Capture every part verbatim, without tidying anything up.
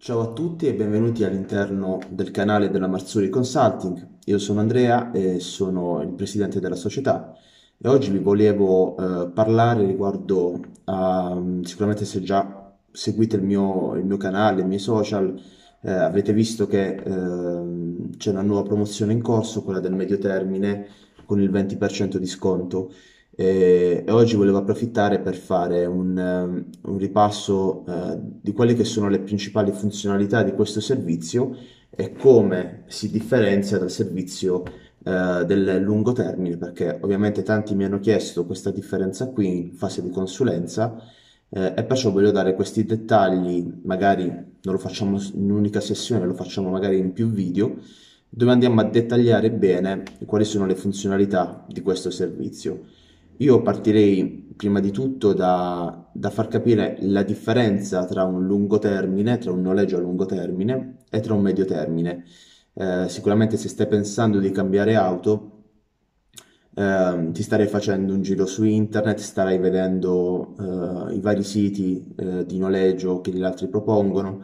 Ciao a tutti e benvenuti all'interno del canale della Marzuri Consulting. Io sono Andrea e sono il presidente della società e oggi vi volevo eh, parlare riguardo a, sicuramente se già seguite il mio, il mio canale, i miei social, eh, avrete visto che ehm, c'è una nuova promozione in corso, quella del medio termine con il venti per cento di sconto. E, e oggi volevo approfittare per fare un, ehm, un ripasso eh, di quelle che sono le principali funzionalità di questo servizio e come si differenzia dal servizio eh, del lungo termine, perché ovviamente tanti mi hanno chiesto questa differenza qui in fase di consulenza eh, e perciò voglio dare questi dettagli, magari non lo facciamo in un'unica sessione, lo facciamo magari in più video, dove andiamo a dettagliare bene quali sono le funzionalità di questo servizio. Io partirei prima di tutto da, da far capire la differenza tra un lungo termine, tra un noleggio a lungo termine e tra un medio termine. Eh, sicuramente se stai pensando di cambiare auto, ehm, ti starei facendo un giro su internet, starai vedendo eh, i vari siti eh, di noleggio che gli altri propongono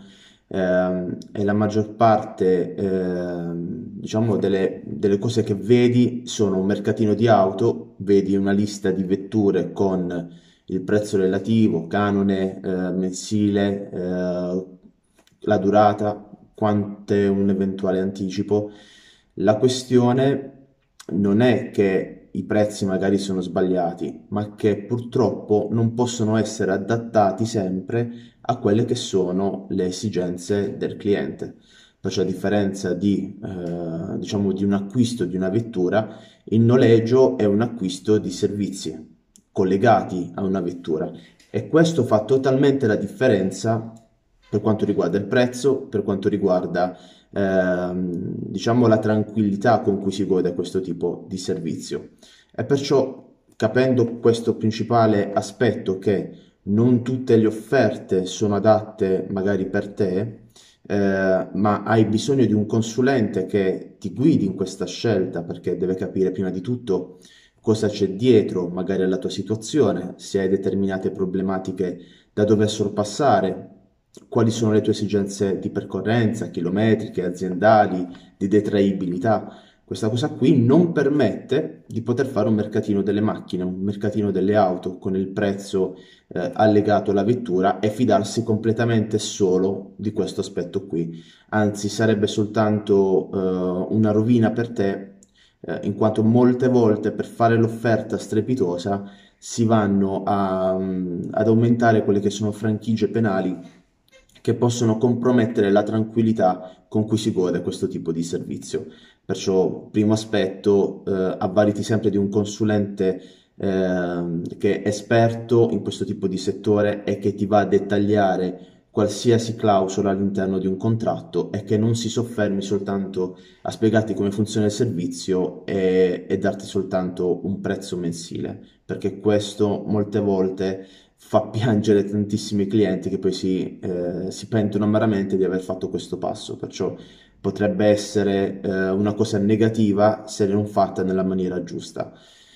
ehm, e la maggior parte ehm, diciamo delle, delle cose che vedi sono un mercatino di auto, vedi una lista di vetture con il prezzo relativo, canone eh, mensile, eh, la durata, quanto è un eventuale anticipo. La questione non è che i prezzi magari sono sbagliati, ma che purtroppo non possono essere adattati sempre a quelle che sono le esigenze del cliente. Perciò a differenza di, eh, diciamo, di un acquisto di una vettura, il noleggio è un acquisto di servizi collegati a una vettura e questo fa totalmente la differenza per quanto riguarda il prezzo, per quanto riguarda ehm, diciamo la tranquillità con cui si gode questo tipo di servizio. E perciò, capendo questo principale aspetto che non tutte le offerte sono adatte magari per te, eh, ma hai bisogno di un consulente che ti guidi in questa scelta perché deve capire prima di tutto cosa c'è dietro magari alla tua situazione, se hai determinate problematiche da dover sorpassare, quali sono le tue esigenze di percorrenza, chilometriche, aziendali, di detraibilità. Questa cosa qui non permette di poter fare un mercatino delle macchine, un mercatino delle auto con il prezzo eh, allegato alla vettura e fidarsi completamente solo di questo aspetto qui. Anzi, sarebbe soltanto eh, una rovina per te, eh, in quanto molte volte per fare l'offerta strepitosa si vanno a, mm, ad aumentare quelle che sono franchigie penali che possono compromettere la tranquillità con cui si gode questo tipo di servizio. Perciò, primo aspetto, eh, avvaliti sempre di un consulente ehm, che è esperto in questo tipo di settore e che ti va a dettagliare qualsiasi clausola all'interno di un contratto e che non si soffermi soltanto a spiegarti come funziona il servizio e, e darti soltanto un prezzo mensile, perché questo molte volte fa piangere tantissimi clienti che poi si, eh, si pentono amaramente di aver fatto questo passo, perciò potrebbe essere eh, una cosa negativa se non fatta nella maniera giusta.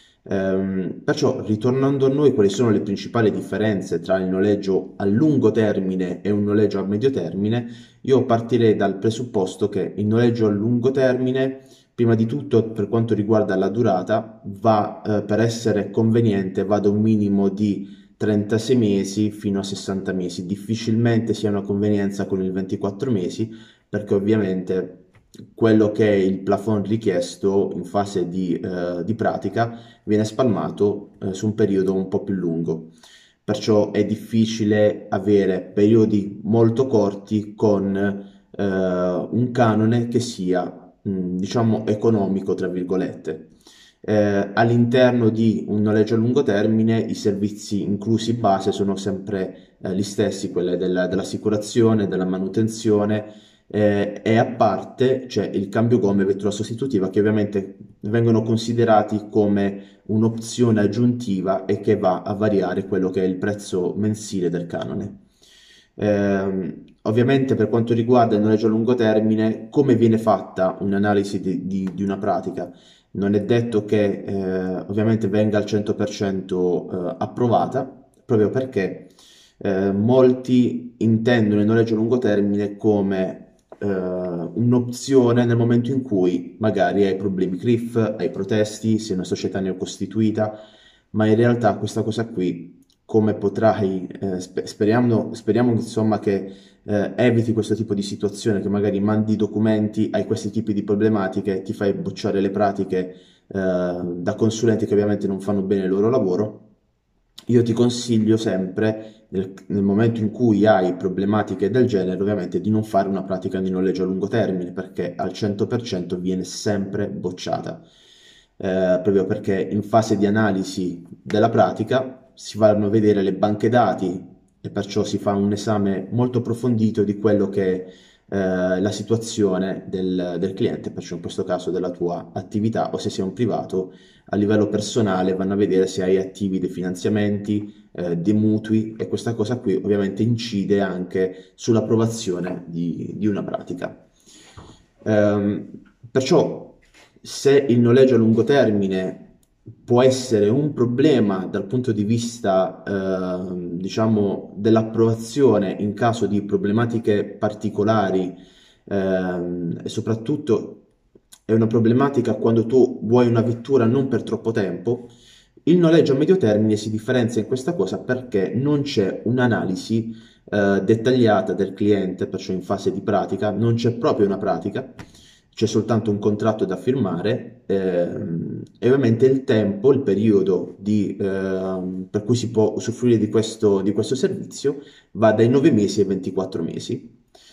Ehm, perciò, ritornando a noi, quali sono le principali differenze tra il noleggio a lungo termine e un noleggio a medio termine? Io partirei dal presupposto che il noleggio a lungo termine, prima di tutto per quanto riguarda la durata, va eh, per essere conveniente, va da un minimo di trentasei mesi fino a sessanta mesi. Difficilmente si ha una convenienza con il ventiquattro mesi, perché ovviamente quello che è il plafond richiesto in fase di, eh, di pratica viene spalmato eh, su un periodo un po' più lungo. Perciò è difficile avere periodi molto corti con eh, un canone che sia, mh, diciamo, economico, tra virgolette. Eh, all'interno di un noleggio a lungo termine i servizi inclusi base sono sempre eh, gli stessi, quelli della- dell'assicurazione, della manutenzione eh, e a parte c'è il cambio gomme e vettura sostitutiva che ovviamente vengono considerati come un'opzione aggiuntiva e che va a variare quello che è il prezzo mensile del canone. Ehm, ovviamente per quanto riguarda il noleggio a lungo termine, come viene fatta un'analisi di, di- di una pratica? Non è detto che eh, ovviamente venga al cento per cento eh, approvata, proprio perché Eh, molti intendono il noleggio a lungo termine come eh, un'opzione nel momento in cui magari hai problemi C R I F, hai protesti, sei una società neocostituita, ma in realtà questa cosa qui, come potrai, eh, spe- speriamo, speriamo insomma che eh, eviti questo tipo di situazione, che magari mandi i documenti, hai questi tipi di problematiche, ti fai bocciare le pratiche eh, da consulenti che ovviamente non fanno bene il loro lavoro. Io ti consiglio sempre, nel, nel momento in cui hai problematiche del genere, ovviamente di non fare una pratica di noleggio a lungo termine, perché al cento per cento viene sempre bocciata. Eh, proprio perché in fase di analisi della pratica si vanno a vedere le banche dati e perciò si fa un esame molto approfondito di quello che è eh, la situazione del, del cliente, perciò in questo caso della tua attività, o se sei un privato a livello personale vanno a vedere se hai attivi dei finanziamenti, eh, dei mutui, e questa cosa qui ovviamente incide anche sull'approvazione di, di una pratica. Ehm, Perciò se il noleggio a lungo termine può essere un problema dal punto di vista, ehm, diciamo, dell'approvazione in caso di problematiche particolari, ehm, e soprattutto è una problematica quando tu vuoi una vettura non per troppo tempo. Il noleggio a medio termine si differenzia in questa cosa perché non c'è un'analisi eh, dettagliata del cliente, perciò in fase di pratica, non c'è proprio una pratica, c'è soltanto un contratto da firmare, ehm, e ovviamente il tempo, il periodo di, ehm, per cui si può usufruire di questo, di questo servizio va dai nove mesi ai ventiquattro mesi.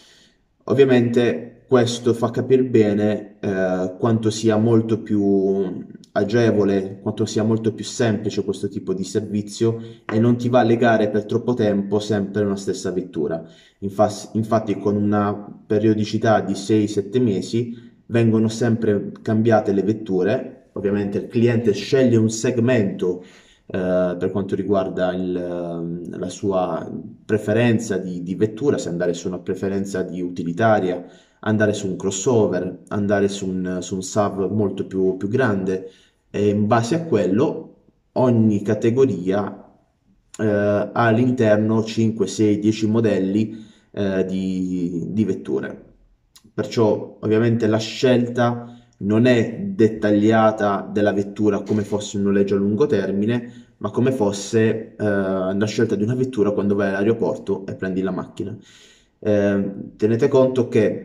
Ovviamente questo fa capire bene eh, quanto sia molto più agevole, quanto sia molto più semplice questo tipo di servizio e non ti va a legare per troppo tempo sempre una stessa vettura. Infas- infatti con una periodicità di sei sette mesi vengono sempre cambiate le vetture. Ovviamente il cliente sceglie un segmento eh, per quanto riguarda il, ehm, la sua preferenza di, di vettura, se andare su una preferenza di utilitaria, andare su un crossover, andare su un, su un S U V molto più, più grande, e in base a quello ogni categoria eh, ha all'interno cinque, sei, dieci modelli eh, di, di vetture. Perciò ovviamente la scelta non è dettagliata della vettura come fosse un noleggio a lungo termine, ma come fosse eh, la scelta di una vettura quando vai all'aeroporto e prendi la macchina. Eh, tenete conto che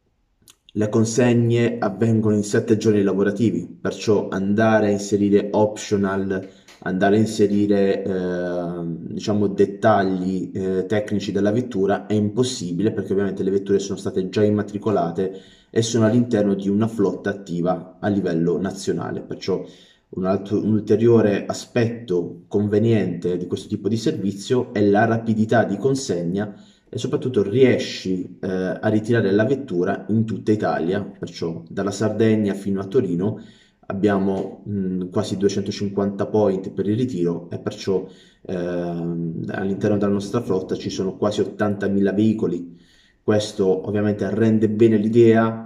le consegne avvengono in sette giorni lavorativi, perciò andare a inserire optional, andare a inserire eh, diciamo dettagli eh, tecnici della vettura è impossibile, perché ovviamente le vetture sono state già immatricolate e sono all'interno di una flotta attiva a livello nazionale. Perciò un altro, un ulteriore aspetto conveniente di questo tipo di servizio è la rapidità di consegna e soprattutto riesci eh, a ritirare la vettura in tutta Italia, perciò dalla Sardegna fino a Torino abbiamo mh, quasi duecentocinquanta point per il ritiro, e perciò ehm, all'interno della nostra flotta ci sono quasi ottantamila veicoli. Questo ovviamente rende bene l'idea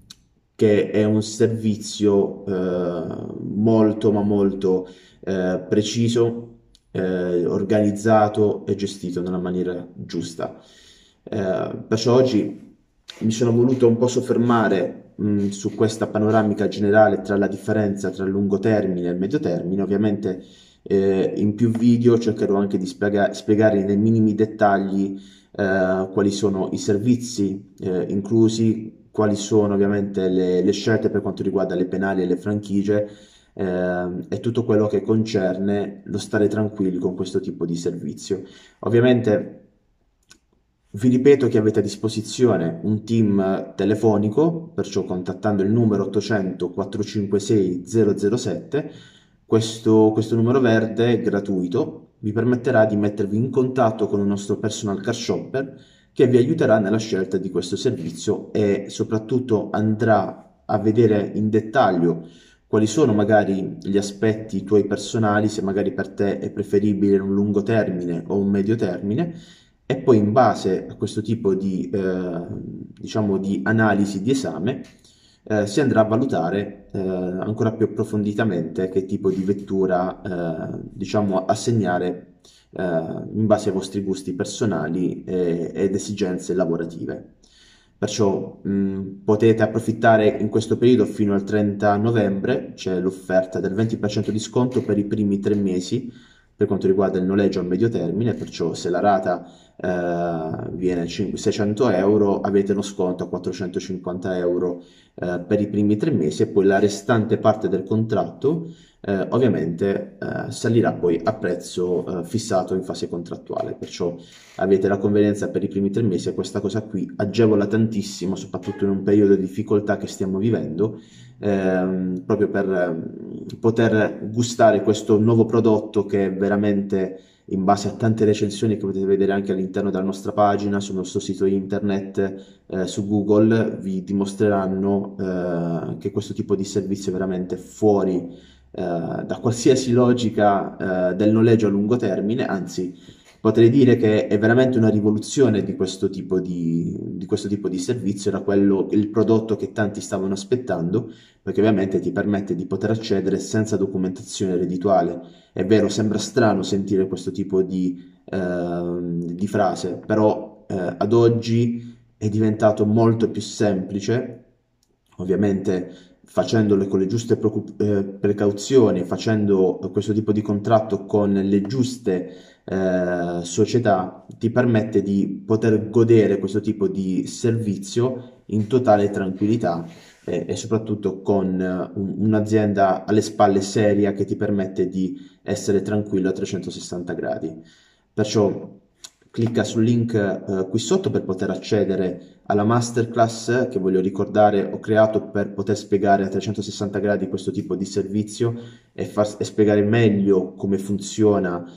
che è un servizio eh, molto ma molto eh, preciso, eh, organizzato e gestito nella maniera giusta. Eh, perciò oggi mi sono voluto un po' soffermare mh, su questa panoramica generale tra la differenza tra il lungo termine e il medio termine. Ovviamente eh, in più video cercherò anche di spiega- spiegare nei minimi dettagli eh, quali sono i servizi eh, inclusi, quali sono ovviamente le, le scelte per quanto riguarda le penali e le franchigie, eh, e tutto quello che concerne lo stare tranquilli con questo tipo di servizio. Ovviamente vi ripeto che avete a disposizione un team telefonico, perciò contattando il numero ottocento quattrocentocinquantasei zero zero sette, questo, questo numero verde è gratuito, vi permetterà di mettervi in contatto con il nostro personal car shopper che vi aiuterà nella scelta di questo servizio e soprattutto andrà a vedere in dettaglio quali sono magari gli aspetti tuoi personali, se magari per te è preferibile un lungo termine o un medio termine, e poi in base a questo tipo di, eh, diciamo, di analisi di esame eh, si andrà a valutare eh, ancora più approfonditamente che tipo di vettura eh, diciamo, assegnare eh, in base ai vostri gusti personali e- ed esigenze lavorative. Perciò mh, potete approfittare in questo periodo fino al trenta novembre, c'è l'offerta del venti per cento di sconto per i primi tre mesi per quanto riguarda il noleggio a medio termine, perciò se la rata eh, viene cinque- seicento euro avete uno sconto a quattrocentocinquanta euro eh, per i primi tre mesi e poi la restante parte del contratto eh, ovviamente eh, salirà poi a prezzo eh, fissato in fase contrattuale, perciò avete la convenienza per i primi tre mesi e questa cosa qui agevola tantissimo, soprattutto in un periodo di difficoltà che stiamo vivendo, ehm, proprio per ehm, poter gustare questo nuovo prodotto che veramente in base a tante recensioni che potete vedere anche all'interno della nostra pagina, sul nostro sito internet, eh, su Google, vi dimostreranno eh, che questo tipo di servizio è veramente fuori eh, da qualsiasi logica eh, del noleggio a lungo termine, anzi potrei dire che è veramente una rivoluzione di questo tipo di, di questo tipo di servizio, era quello, il prodotto che tanti stavano aspettando, perché ovviamente ti permette di poter accedere senza documentazione reddituale. È vero, sembra strano sentire questo tipo di, ehm, di frase, però eh, ad oggi è diventato molto più semplice, ovviamente facendole con le giuste precu- eh, precauzioni, facendo questo tipo di contratto con le giuste eh, società, ti permette di poter godere questo tipo di servizio in totale tranquillità e, e soprattutto con eh, un- un'azienda alle spalle seria che ti permette di essere tranquillo a trecentosessanta gradi. Perciò clicca sul link eh, qui sotto per poter accedere alla masterclass che voglio ricordare ho creato per poter spiegare a trecentosessanta gradi questo tipo di servizio e, far, e spiegare meglio come funziona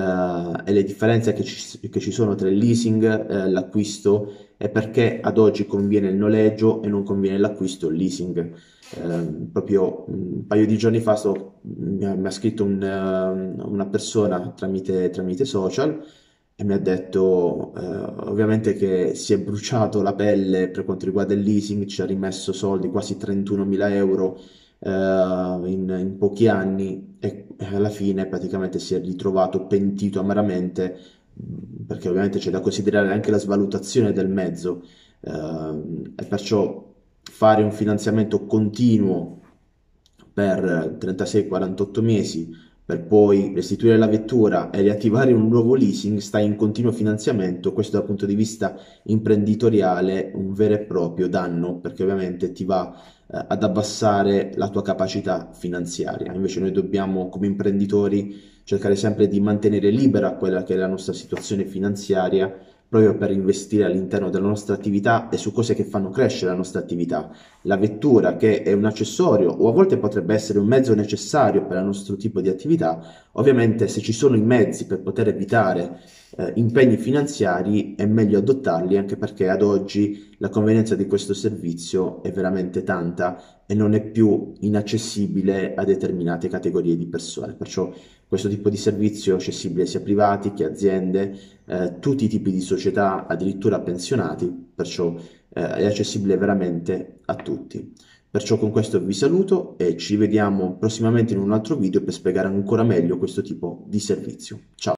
eh, e le differenze che ci, che ci sono tra il leasing, eh, l'acquisto e perché ad oggi conviene il noleggio e non conviene l'acquisto o il leasing. Eh, proprio un paio di giorni fa sto- mi, ha, mi ha scritto un, eh, una persona tramite, tramite social e mi ha detto eh, ovviamente che si è bruciato la pelle per quanto riguarda il leasing, ci ha rimesso soldi, quasi trentunomila euro eh, in, in pochi anni e alla fine praticamente si è ritrovato pentito amaramente mh, perché ovviamente c'è da considerare anche la svalutazione del mezzo eh, e perciò fare un finanziamento continuo per trentasei quarantotto mesi per poi restituire la vettura e riattivare un nuovo leasing, stai in continuo finanziamento, questo dal punto di vista imprenditoriale un vero e proprio danno perché ovviamente ti va eh, ad abbassare la tua capacità finanziaria. Invece noi dobbiamo come imprenditori cercare sempre di mantenere libera quella che è la nostra situazione finanziaria proprio per investire all'interno della nostra attività e su cose che fanno crescere la nostra attività. La vettura, che è un accessorio o a volte potrebbe essere un mezzo necessario per il nostro tipo di attività, ovviamente se ci sono i mezzi per poter evitare eh, impegni finanziari è meglio adottarli anche perché ad oggi la convenienza di questo servizio è veramente tanta e non è più inaccessibile a determinate categorie di persone. Perciò questo tipo di servizio è accessibile sia a privati che a aziende, eh, tutti i tipi di società, addirittura pensionati, perciò eh, è accessibile veramente a tutti. Perciò con questo vi saluto e ci vediamo prossimamente in un altro video per spiegare ancora meglio questo tipo di servizio. Ciao!